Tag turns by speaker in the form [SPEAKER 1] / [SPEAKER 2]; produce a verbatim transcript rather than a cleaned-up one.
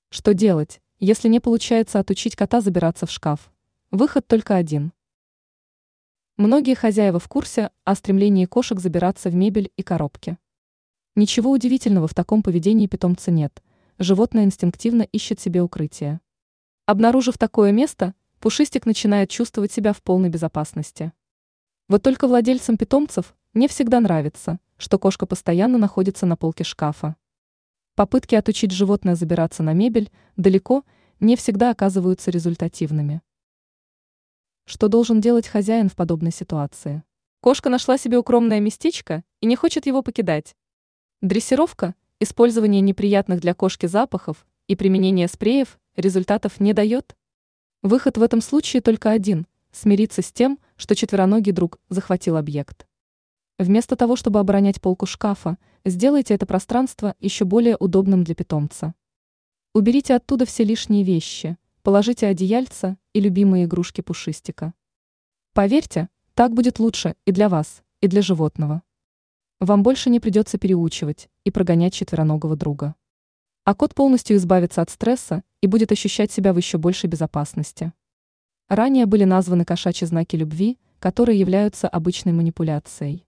[SPEAKER 1] Что делать, если не получается отучить кота забираться в шкаф? Выход только один. Многие хозяева в курсе о стремлении кошек забираться в мебель и коробки. Ничего удивительного в таком поведении питомца нет. Животное инстинктивно ищет себе укрытие. Обнаружив такое место, пушистик начинает чувствовать себя в полной безопасности. Вот только владельцам питомцев не всегда нравится, что кошка постоянно находится на полке шкафа. Попытки отучить животное забираться на мебель далеко не всегда оказываются результативными. Что должен делать хозяин в подобной ситуации? Кошка нашла себе укромное местечко и не хочет его покидать. Дрессировка, использование неприятных для кошки запахов и применение спреев результатов не дает. Выход в этом случае только один – смириться с тем, что четвероногий друг захватил объект. Вместо того, чтобы оборонять полку шкафа, сделайте это пространство еще более удобным для питомца. Уберите оттуда все лишние вещи, положите одеяльца и любимые игрушки пушистика. Поверьте, так будет лучше и для вас, и для животного. Вам больше не придется переучивать и прогонять четвероногого друга. А кот полностью избавится от стресса и будет ощущать себя в еще большей безопасности. Ранее были названы кошачьи знаки любви, которые являются обычной манипуляцией.